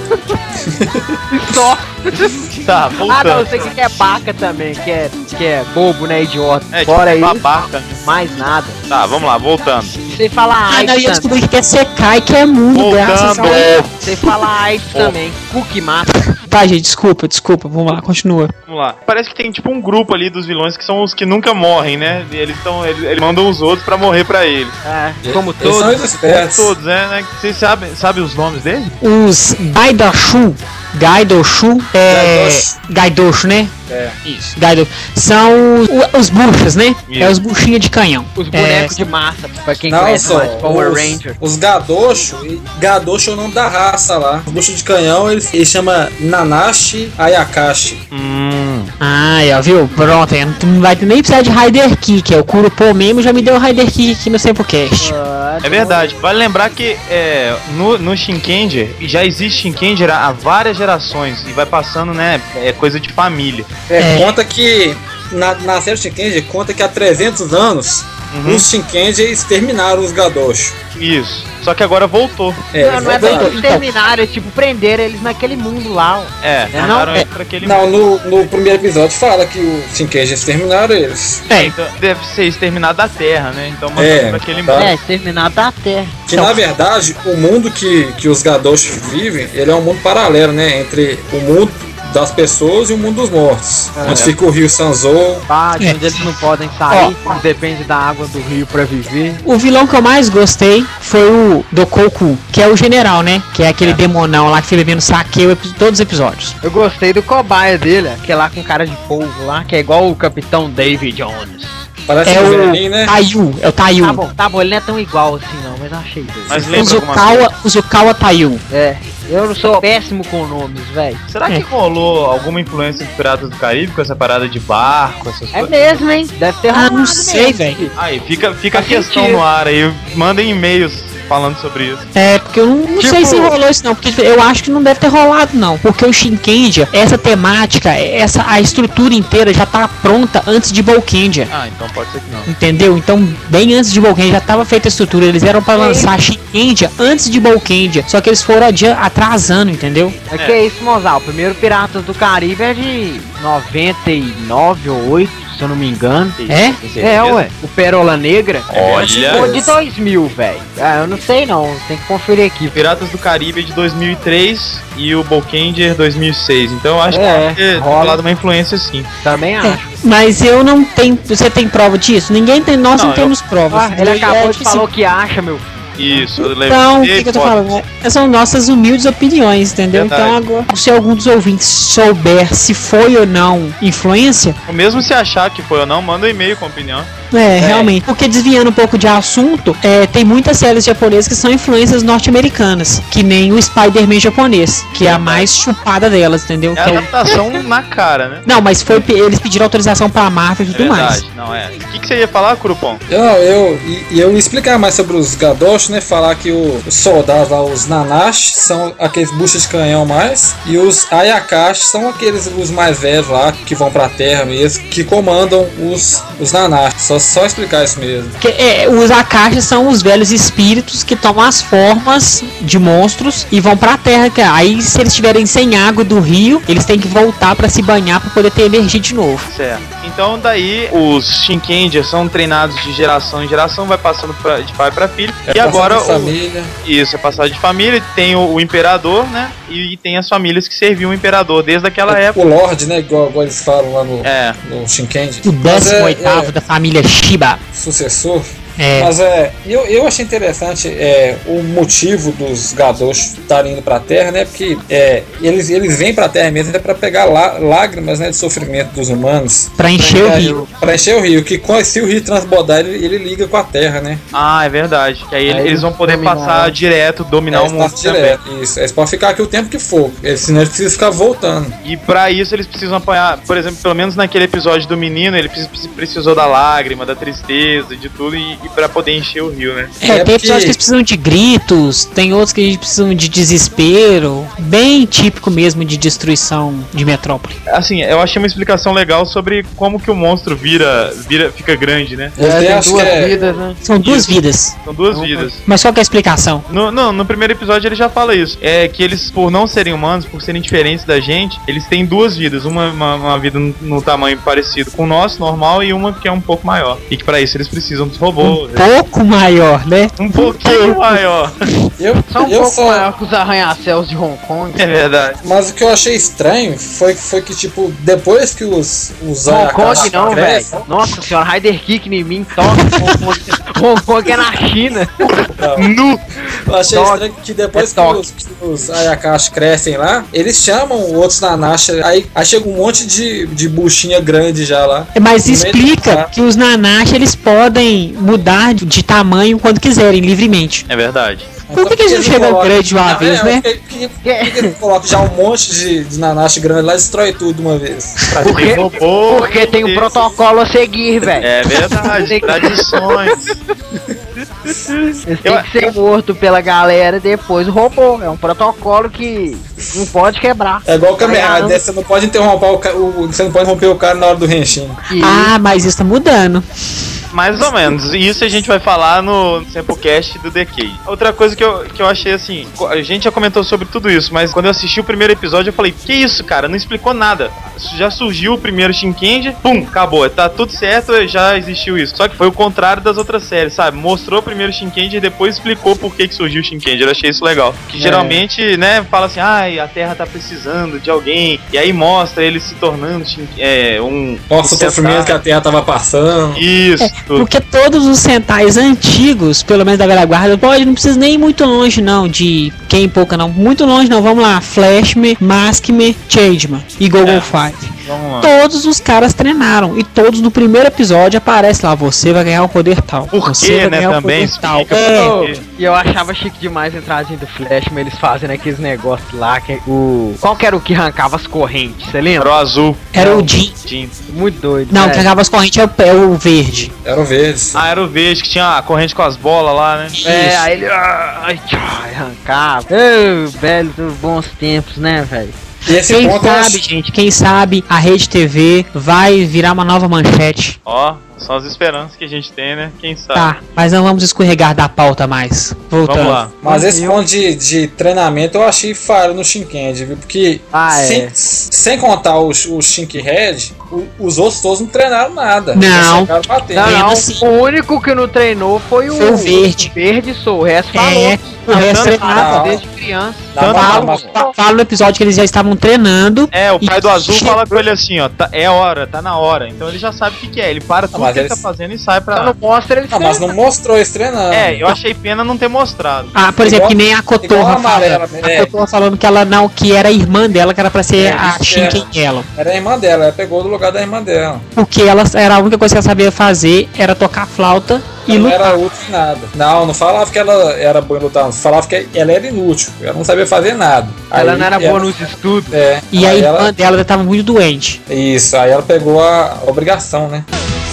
E só.
Tá,
Ah, não, eu
voltando.
sei o que é baca também, que é bobo, né, idiota.
É, tipo,
Fora isso,
babaca.
mais nada.
Tá, vamos lá, voltando.
Você fala
Ah, não,
AIDS
e eu
também.
descobri que quer secar e que é mundo, graças a
Voltando.
Deus.
Você fala AIDS também. Cookie mata.
Tá, gente, desculpa, vamos lá, continua.
Vamos lá. Parece que tem tipo um grupo ali dos vilões que são os que nunca morrem, né? E eles mandam os outros pra morrer pra eles.
É, como
Eles são
todos.
os espertos.
Todos, né? Vocês sabem os nomes deles?
Os Gaidoshu, Gaidoshu, né?
É.
Isso, Gaidoshu. São os buchas, né?
Isso.
É os buchinhos de canhão.
Os bonecos de massa, pra quem
Não,
conhece
só
mais Power Ranger.
os Gadocho, e Gadocho é o nome da raça lá. Os buchos de canhão, ele chama Nanashi Ayakashi.
Ah, ó, viu? Pronto, não vai nem precisar de Rider Kick, é o Kurupo mesmo já me deu o Rider Kick aqui no Samplecast.
É verdade. Vale lembrar que no Shinkenger já existe Shinkenger há várias gerações e vai passando, né? É coisa de família.
É.
Conta que na série Shinkendi conta que há 300 anos os Shinkendi exterminaram os Gadosh.
Isso. Só que agora voltou.
Não é bem que terminaram, é tipo, prenderam eles naquele mundo lá.
Mandaram pra aquele
mundo. Não, no primeiro episódio fala que os Shinkendi exterminaram eles.
Então deve ser exterminado da Terra, né? Então mandaram pra aquele mundo.
Exterminado da Terra.
Que na verdade, o mundo que os Gadosh vivem, ele é um mundo paralelo, né? Entre o mundo das pessoas e o mundo dos mortos. Onde fica o rio Sanzou.
Onde eles não podem sair, depende da água do rio pra viver.
O vilão que eu mais gostei foi o Dokoku, que é o general, né? Que é aquele demonão lá que fica bebendo saque todos os episódios.
Eu gostei do cobaia dele, que é lá com cara de polvo lá, que é igual o Capitão David Jones.
Parece
o
velhinho, né?
Tayu, é o Tayu.
Tá bom, ele não é tão igual assim não, mas eu achei doido.
Mas lembra
o Zukawa Tayu.
Eu não sou péssimo com nomes, velho.
Será que rolou alguma influência dos Piratas do Caribe com essa parada de barco, essas coisas?
É mesmo, hein? Deve ter rolado.
Não sei, velho.
Aí, fica a questão no ar aí, mandem e-mails falando sobre isso.
Porque eu não sei se rolou isso não, porque eu acho que não deve ter rolado não, porque o Shinkendia, essa temática, a estrutura inteira já tá pronta antes de Bolkendia.
Então pode ser que não.
Entendeu? Então, bem antes de Bolkendia já tava feita a estrutura, eles eram pra lançar Shinkendia antes de Bolkendia, só que eles foram atrasando, entendeu?
Que é isso, Mozart, o primeiro Piratas do Caribe é de 99 ou 8. Se eu não me engano. Ué. O Pérola Negra.
Olha.
De 2000, velho. Eu não sei não. Tem que conferir aqui.
Piratas do Caribe é de 2003 e o Bolkendia 2006. Então eu acho que rolado uma influência sim.
Também acho.
Mas eu não tenho. Você tem prova disso? Ninguém tem. Nós não temos provas.
Ele acabou de falar que acha, meu filho.
Isso,
então, o que eu tô falando? São nossas humildes opiniões, entendeu?
Verdade.
Então, agora, se algum dos ouvintes souber se foi ou não influência.
Ou mesmo se achar que foi ou não, manda um e-mail com a opinião.
Realmente. Porque desviando um pouco de assunto, tem muitas séries japonesas que são influências norte-americanas. Que nem o Spider-Man japonês, que é a mais chupada delas, entendeu?
É a adaptação na cara, né?
Não, mas eles pediram autorização pra Marvel e tudo mais.
Não é. O que você ia falar, Curupom?
Eu ia explicar mais sobre os Gadosh, né? Falar que os soldados lá, os Nanash, são aqueles buchas de canhão mais, e os Ayakashi são os mais velhos lá, que vão pra terra mesmo, que comandam os Nanash. Só explicar isso mesmo.
Os Akashi são os velhos espíritos que tomam as formas de monstros e vão pra terra. Aí, se eles estiverem sem água do rio, eles têm que voltar pra se banhar pra poder ter energia de novo.
Certo. Então, daí, os Shinkendia são treinados de geração em geração, vai passando de pai pra filho. E agora
família.
Isso, é passagem de família. Tem o imperador, né? E tem as famílias que serviam o imperador desde aquela época.
O Lorde, né? Igual eles falam lá no Shinkendi.
O 18º da família Shiba.
Sucessor. Mas eu achei interessante o motivo dos Gadosh estarem indo pra terra, né? Porque eles vêm pra terra mesmo pra pegar lágrimas, né, de sofrimento dos humanos.
Pra encher o rio.
Pra encher o rio, que se o rio transbordar, ele liga com a terra, né?
É verdade. Que aí eles vão poder passar direto, dominar o mundo
direto. Isso, eles podem ficar aqui o tempo que for, senão eles precisam ficar voltando.
E pra isso eles precisam apanhar, por exemplo, pelo menos naquele episódio do menino, ele precisou da lágrima, da tristeza, de tudo, e pra poder encher o rio, né?
Tem episódios que eles precisam de gritos, tem outros que eles precisam de desespero, bem típico mesmo de destruição de metrópole.
Assim, eu achei uma explicação legal sobre como que o monstro fica grande, né?
Tem duas vidas, né?
São duas vidas.
São duas vidas.
Mas qual que é a explicação?
No primeiro episódio ele já fala isso. É que eles, por não serem humanos, por serem diferentes da gente, eles têm duas vidas. Uma vida no tamanho parecido com o nosso, normal, e uma que é um pouco maior. E que pra isso eles precisam dos robôs.
Pouco maior, né?
Um pouquinho maior.
Só um pouco maior que os arranha-céus de Hong Kong.
É verdade.
Mas o que eu achei estranho foi que, tipo, depois que os
Hong Kong não, velho. Nossa senhora, Rider Kick em mim, toca. Hong Kong é na China.
Nu!
Eu achei estranho que depois que os Ayakashi crescem lá, eles chamam outros Nanashi, aí chega um monte de buchinha grande já lá.
Mas explica que os Nanashi, eles podem mudar de tamanho quando quiserem, livremente.
É verdade.
Por que eles não chegam grande de uma vez, né?
Por que eles colocam já um monte de Nanashi grande lá e destrói tudo de uma vez?
Porque tem um protocolo a seguir, velho.
É verdade, tradições.
Eles têm que ser morto pela galera e depois o robô. É um protocolo que não pode quebrar.
É igual o Kamen Rider, você não pode interromper você não pode romper o cara na hora do Henshin.
Ah, mas isso tá mudando.
Mais ou menos. E isso a gente vai falar no Samplecast do DK. Outra coisa que eu achei assim, a gente já comentou sobre tudo isso, mas quando eu assisti o primeiro episódio eu falei, que isso, cara? Não explicou nada. Já surgiu o primeiro Shinkendi, pum, acabou. Tá tudo certo, já existiu isso. Só que foi o contrário das outras séries, sabe? Mostrou o primeiro Shinkendi e depois explicou por que surgiu o Shinkendi. Eu achei isso legal. Que geralmente, né, fala assim, ai, a Terra tá precisando de alguém. E aí mostra ele se tornando
Mostra o sofrimento que a Terra tava passando.
Isso.
Porque todos os Sentais antigos, pelo menos da velha guarda, não precisa nem ir muito longe não, de Ken Pouca não, muito longe não, vamos lá, Flashman, Maskman, Changeman e Google Five. Todos os caras treinaram e todos no primeiro episódio aparece lá, você vai ganhar o poder tal.
Por quê, né, também explica.
E eu achava chique demais a entradinha do Flashman, eles fazendo aqueles negócios lá, que qual que era o que arrancava as correntes, você lembra?
Era o azul.
Era o Jin.
Muito doido.
Não, que arrancava as correntes é o verde.
Era o verde.
Ah, era o verde, que tinha a corrente com as bolas lá, né?
É, aí ele arrancava. Velho, dos bons tempos, né, velho?
Quem sabe, gente, quem sabe a Rede TV vai virar uma nova manchete.
Ó, são as esperanças que a gente tem, né? Quem sabe.
Tá, mas não vamos escorregar da pauta mais. Voltando.
Vamos lá.
Mas esse ponto de treinamento eu achei falho no Shinkendi, viu? Porque sem contar o Shinkehead, os outros todos não treinaram nada.
Não.
Não, assim. O único que não treinou foi o
verde.
O verde o resto falou.
O resto treinava
desde criança.
Fala no episódio que eles já estavam treinando.
É, o pai do azul fala com ele assim, ó, é hora, tá na hora. Então ele já sabe o que é. Ele para tudo que ele tá fazendo e sai pra...
Não mostra ele
mas não mostrou eles treinando.
É, eu achei pena não ter mostrado.
Ah, por exemplo, que nem a Kotorra falando que ela não, que era a irmã dela, que era pra ser a Shinken Yellow.
Era a irmã dela, ela pegou do lugar da irmã dela.
Porque ela era a única coisa que ela sabia fazer, era tocar flauta e lutar.
Não era útil em nada. Não falava que ela era boa em lutar, falava que ela era inútil, ela não sabia fazer nada.
Ela não era boa nos estudos.
E a irmã dela estava muito doente.
Isso, aí ela pegou a obrigação, né?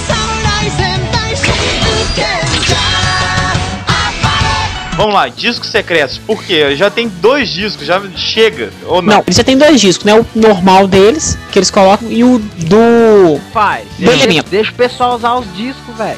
Vamos lá, discos secretos. Por quê? Já tem 2 discos, já chega, ou não?
Não, eles já tem 2 discos, né? O normal deles, que eles colocam, e o do...
Pai, deixa o pessoal usar os discos, velho.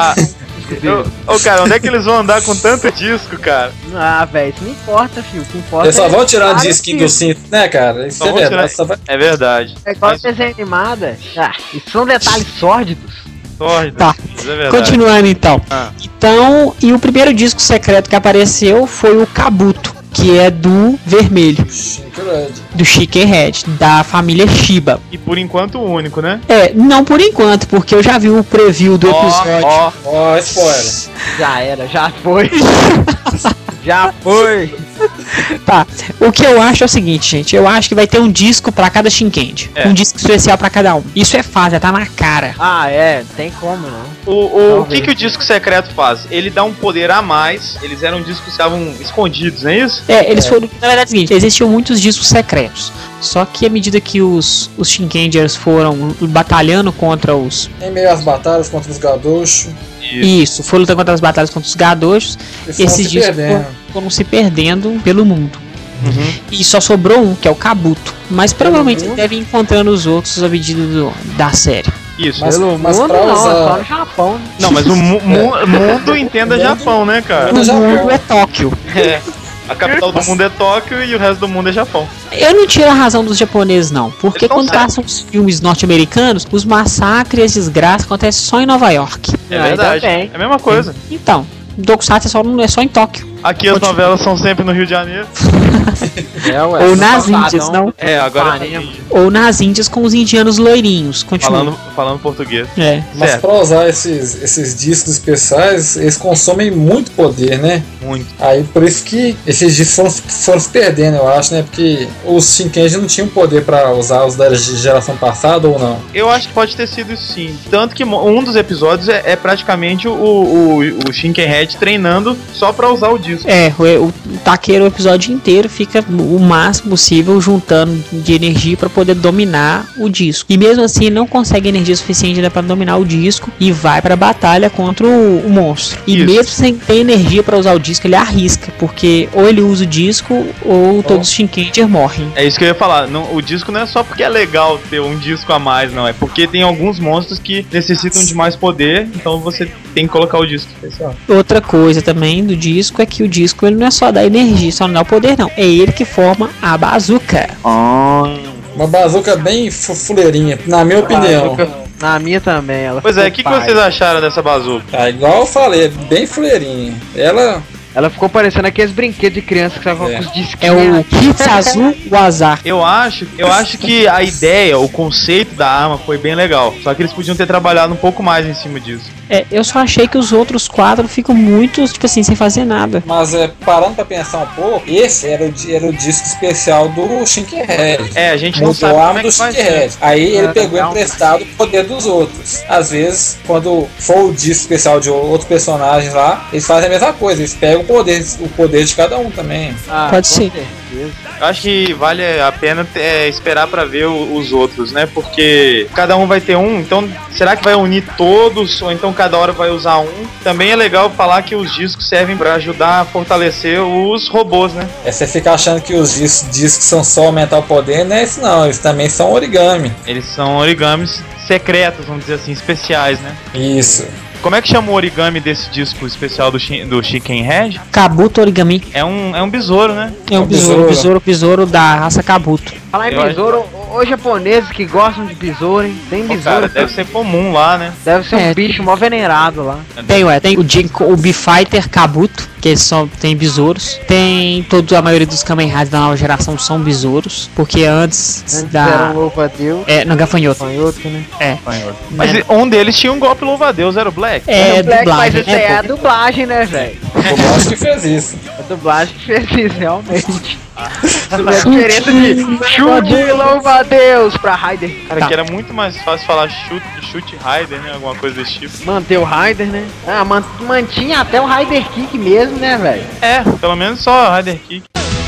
Cara, onde é que eles vão andar com tanto disco, cara?
Ah, velho, isso não importa, filho. O que importa
eles só vão tirar um disquinho do cinto, né, cara? Isso é verdade.
É verdade.
É igual desenho animada. Isso são detalhes sórdidos.
Tá, continuando então. Então, e o primeiro disco secreto que apareceu foi o Kabuto, que é do vermelho. Do Shinkenhead, da família Shiba.
E por enquanto o único, né?
É, não por enquanto, porque eu já vi o preview do episódio.
Ó, spoiler.
Já foi. Já foi.
Tá, o que eu acho é o seguinte, gente. Eu acho que vai ter um disco pra cada Shinkendi. Um disco especial pra cada um. Isso é fácil, tá na cara.
Ah, não tem como não.
O que o disco secreto faz? Ele dá um poder a mais. Eles eram discos que estavam escondidos, não é isso?
Eles foram. Na verdade é o seguinte, existiam muitos discos secretos. Só que à medida que os Shinkendians foram batalhando contra os...
Em meio às batalhas contra os Gadoshos.
Isso, foram lutando contra as batalhas contra os Gadoshos. Esses discos foram se perdendo pelo mundo. E só sobrou um, que é o Kabuto. Mas provavelmente você deve ir encontrando os outros à medida da série.
Isso.
Mas
mundo
não,
só no Japão.
Não, mas o mundo entenda Japão, né, cara?
O mundo é Tóquio.
A capital do mundo é Tóquio e o resto do mundo é Japão.
Eu não tiro a razão dos japoneses, não. Porque quando passam os filmes norte-americanos, os massacres e as desgraças acontecem só em Nova York.
É verdade. É a mesma coisa.
Então, Tokusatsu é só em Tóquio.
Aqui as novelas são sempre no Rio de Janeiro.
Ou nas Índias, não?
Agora
ou nas Índias com os indianos loirinhos.
Falando português.
Mas certo. Pra usar esses discos especiais, eles consomem muito poder, né?
Muito.
Aí por isso que esses discos foram se perdendo, eu acho, né? Porque os Shinkenji não tinham poder pra usar os da geração passada ou não?
Eu acho que pode ter sido isso sim. Tanto que um dos episódios é praticamente o Shinkenhead treinando só pra usar o disco.
O Takeiro o episódio inteiro inteiro fica o máximo possível juntando de energia para poder dominar o disco. E mesmo assim ele não consegue energia suficiente para dominar o disco e vai para a batalha contra o monstro. E mesmo sem ter energia para usar o disco, ele arrisca, porque ou ele usa o disco ou todos os Shinkenger morrem.
É isso que eu ia falar. O disco não é só porque é legal ter um disco a mais, não. É porque tem alguns monstros que necessitam de mais poder, então você tem que colocar o disco especial.
Outra coisa também do disco é que o disco ele não é só dar energia, só não dá o poder, não. É ele que forma a bazuca.
Uma bazuca bem fuleirinha, na minha opinião.
Na minha também. Ela
pois é, o que vocês acharam dessa bazuca?
Igual eu falei, é bem fuleirinha.
Ela ficou parecendo aqueles brinquedos de criança que estavam com os disquinhos.
É o Hitsazu Wazar.
Eu acho que a ideia, o conceito da arma foi bem legal. Só que eles podiam ter trabalhado um pouco mais em cima disso.
Eu só achei que os outros quatro ficam muito, tipo assim, sem fazer nada.
Mas parando pra pensar um pouco, esse era o disco especial do Shinkenhead.
A gente não sabe como é que vai ser.
Aí ele pegou emprestado o poder dos outros. Às vezes, quando for o disco especial de outro personagem lá, eles fazem a mesma coisa, eles pegam o poder de cada um também.
Pode ser.
Eu acho que vale a pena esperar pra ver os outros, né? Porque cada um vai ter um, então será que vai unir todos? Ou então cada hora vai usar um? Também é legal falar que os discos servem pra ajudar a fortalecer os robôs, né?
Você fica achando que os discos são só aumentar o poder, não é isso não, eles também são origami.
Eles são origamis secretos, vamos dizer assim, especiais, né?
Isso.
Como é que chama o origami desse disco especial do Shinkenhead?
Kabuto Origami.
É um besouro, né?
É um besouro da raça Kabuto.
Falar em besouro, os japoneses que gostam de besouro, hein? Tem besouro.
Cara, deve ser comum lá, né?
Deve ser um bicho mó venerado lá.
Tem o B-Fighter Kabuto, que eles só tem besouros. Tem a maioria dos Kamen Riders da nova geração são besouros, porque antes
era um louva-a-Deus.
Não, gafanhoto.
Gafanhoto, né?
Mas um deles tinha um golpe louva-a-Deus, era o Black.
Black, mas isso é a dublagem, né, velho?
A dublagem que fez isso.
A dublagem que fez isso, realmente. A diferença de chute e louva-a-Deus pra Raider.
Cara, que era muito mais fácil falar chute Raider, né? Alguma coisa desse tipo.
Manter o Raider, né? Mantinha até o Raider Kick mesmo, né, velho?
Pelo menos só Raider Kick.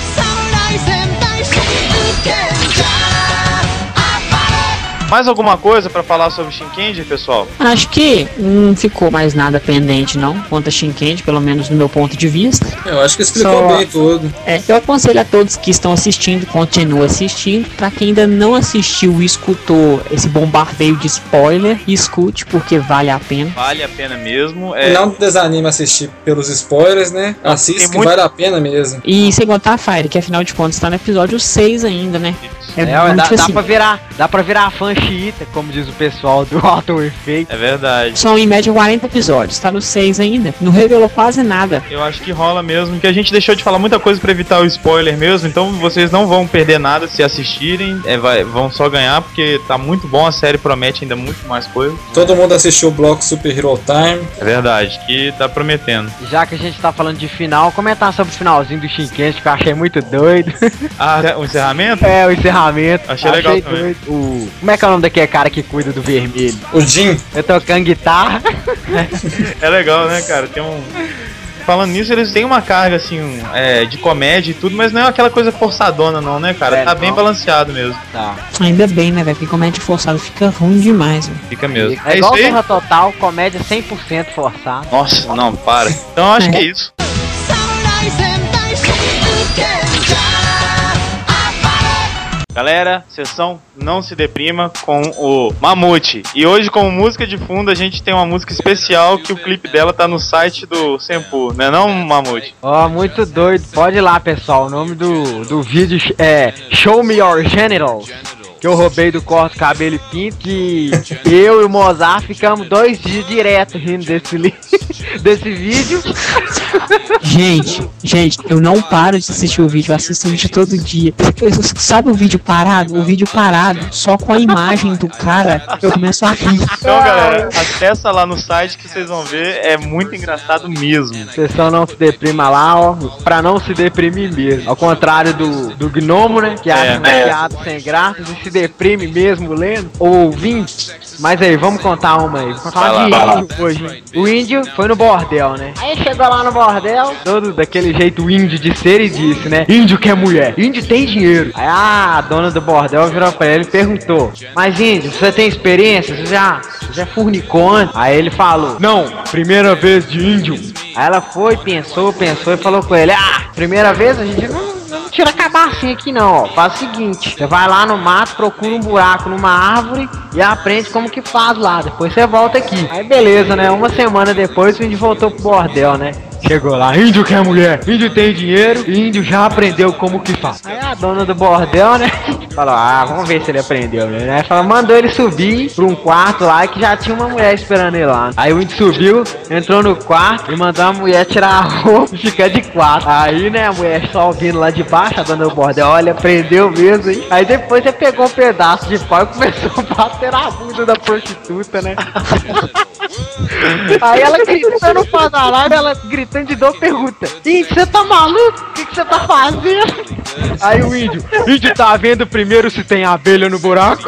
Mais alguma coisa pra falar sobre Shinkenger, pessoal?
Acho que não ficou mais nada pendente, não, quanto a Shinkenger, pelo menos no meu ponto de vista.
Eu acho que explicou bem tudo.
Eu aconselho a todos que estão assistindo, continuem assistindo. Pra quem ainda não assistiu e escutou esse bombardeio de spoiler, escute, porque vale a pena.
Vale a pena mesmo.
Não desanime a assistir pelos spoilers, né? Assista que vale a pena mesmo.
E sem contar a Fire, que afinal de contas está no episódio 6 ainda, né?
Dá pra virar fã xiita, como diz o pessoal do Auto Effect.
É verdade.
São em média 40 episódios, tá no 6 ainda. Não revelou quase nada.
Eu acho que rola mesmo, porque a gente deixou de falar muita coisa pra evitar o spoiler mesmo, então vocês não vão perder nada se assistirem, vão só ganhar, porque tá muito bom, a série promete ainda muito mais coisa.
Todo mundo assistiu o bloco Super Hero Time.
É verdade, que tá prometendo.
Já que a gente tá falando de final, comentar sobre o finalzinho do Shinkenger, que eu achei muito doido.
O encerramento?
O encerramento.
Achei legal também.
Como é que é o nome daquele cara que cuida do vermelho?
O Jim.
Eu tocando guitarra.
É legal, né, cara? Falando nisso, eles têm uma carga, assim, de comédia e tudo, mas não é aquela coisa forçadona, não, né, cara? Tá bem balanceado mesmo.
Tá.
Ainda bem, né, velho? Porque comédia forçada fica ruim demais, velho.
Fica mesmo.
É igual Zorra Total, comédia 100% forçada.
Nossa, não, para. Então eu acho que é isso. Galera, sessão Não Se Deprima com o Mamute. E hoje, como música de fundo, a gente tem uma música especial que o clipe dela tá no site do Senpu, né não, Mamute?
Muito doido. Pode ir lá, pessoal. O nome do vídeo é Show Me Your Genitals. Que eu roubei do Corte Cabelo e Pinto, que eu e o Mozart ficamos 2 dias direto rindo desse vídeo.
Gente, eu não paro de assistir o vídeo, eu assisto o vídeo todo dia. Sabe o vídeo parado? O vídeo parado, só com a imagem do cara, eu começo a rir.
Então, galera, acessa lá no site que vocês vão ver, é muito engraçado mesmo.
Pessoal, não se deprima lá, ó, pra não se deprimir mesmo. Ao contrário do Gnomo, né, que acha piada sem graça, se deprime mesmo lendo, ouvinte. Mas aí, vamos contar uma aí. Vou contar uma de índio hoje. O índio foi no bordel, né? Aí chegou lá no bordel, todo daquele jeito índio de ser e disse, né? Índio quer mulher, índio tem dinheiro. Aí a dona do bordel virou pra ele e perguntou: mas índio, você tem experiência? Você já fornicou antes? Aí ele falou: não, primeira vez de índio. Aí ela foi, pensou e falou com ele: primeira vez a gente não tira cabacinha aqui não, ó. Faz o seguinte, você vai lá no mato, procura um buraco numa árvore e aprende como que faz lá, depois você volta aqui. Aí beleza, né, uma semana depois o índio voltou pro bordel, né. Chegou lá, índio quer mulher, índio tem dinheiro, índio já aprendeu como que faz. Aí a dona do bordel, né, falou: vamos ver se ele aprendeu, né. Mandou ele subir pra um quarto lá que já tinha uma mulher esperando ele lá. Aí o índio subiu, entrou no quarto e mandou a mulher tirar a roupa e ficar de quatro. Aí, né, a mulher só ouvindo lá de baixo, a dona do bordel: olha, aprendeu mesmo, hein. Aí depois ele pegou um pedaço de pau e começou a bater na bunda da prostituta, né. Aí ela gritando pra caralho, ela gritando de dor, pergunta: índio, você tá maluco? O que você tá fazendo? Aí o índio tá vendo primeiro se tem abelha no buraco.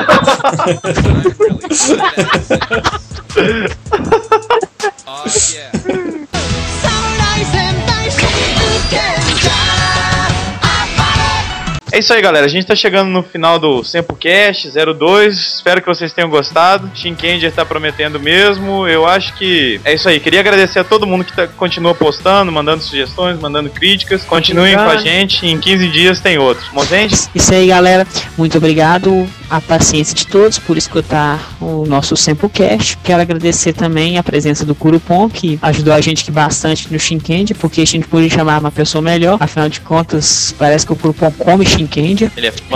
É isso aí, galera. A gente tá chegando no final do Sempocast 02. Espero que vocês tenham gostado. Shinkenger tá prometendo mesmo. Eu acho que é isso aí. Queria agradecer a todo mundo que continua postando, mandando sugestões, mandando críticas. Continuem com a gente. Em 15 dias tem outro. Mozende?
Isso aí, galera. Muito obrigado a paciência de todos por escutar o nosso Sempocast. Quero agradecer também a presença do Curupom, que ajudou a gente aqui bastante no Shinkenger, porque a gente podia chamar uma pessoa melhor. Afinal de contas, parece que o Curupom come Shinkenger.
Ele é fã.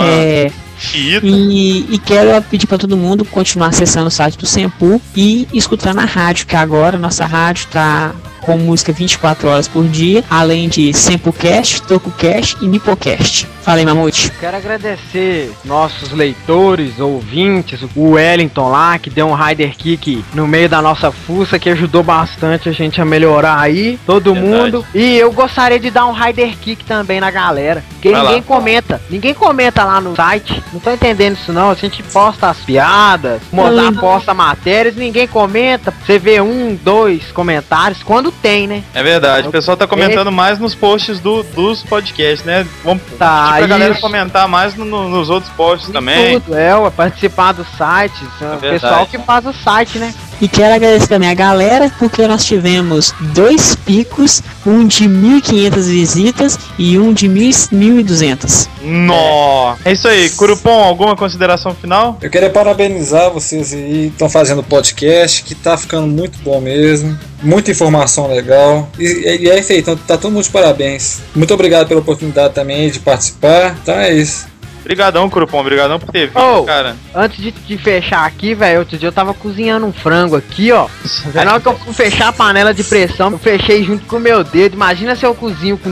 E quero pedir para todo mundo continuar acessando o site do Senpu e escutar na rádio, que agora nossa rádio tá com música 24 horas por dia, além de Sempocast, TokuCast e Nipocast. Fala aí, Mamute.
Quero agradecer nossos leitores, ouvintes, o Wellington lá, que deu um Rider Kick no meio da nossa fuça, que ajudou bastante a gente a melhorar aí, todo mundo. E eu gostaria de dar um Rider Kick também na galera, porque ninguém comenta lá no site. Não tô entendendo isso não, a gente posta as piadas, posta matérias, ninguém comenta. Você vê 1, 2 comentários, quando tem, né?
É verdade, o pessoal tá comentando mais nos posts dos podcasts, né? Vamos a galera comentar mais nos outros posts também.
Tudo, participar dos sites, o pessoal que faz o site, né?
E quero agradecer também a galera, porque nós tivemos 2 picos, um de 1.500 visitas e um de 1.200.
Nó! É isso aí, Curupom, alguma consideração final?
Eu queria parabenizar vocês aí, estão fazendo podcast, que tá ficando muito bom mesmo. Muita informação legal. E é isso aí, então tá todo mundo de parabéns. Muito obrigado pela oportunidade também de participar. Então é isso.
Obrigadão, Curupom, obrigadão por ter vindo, cara.
Antes de fechar aqui, velho, outro dia eu tava cozinhando um frango aqui, ó. Na hora que eu fui fechar a panela de pressão, eu fechei junto com o meu dedo. Imagina se eu cozinho com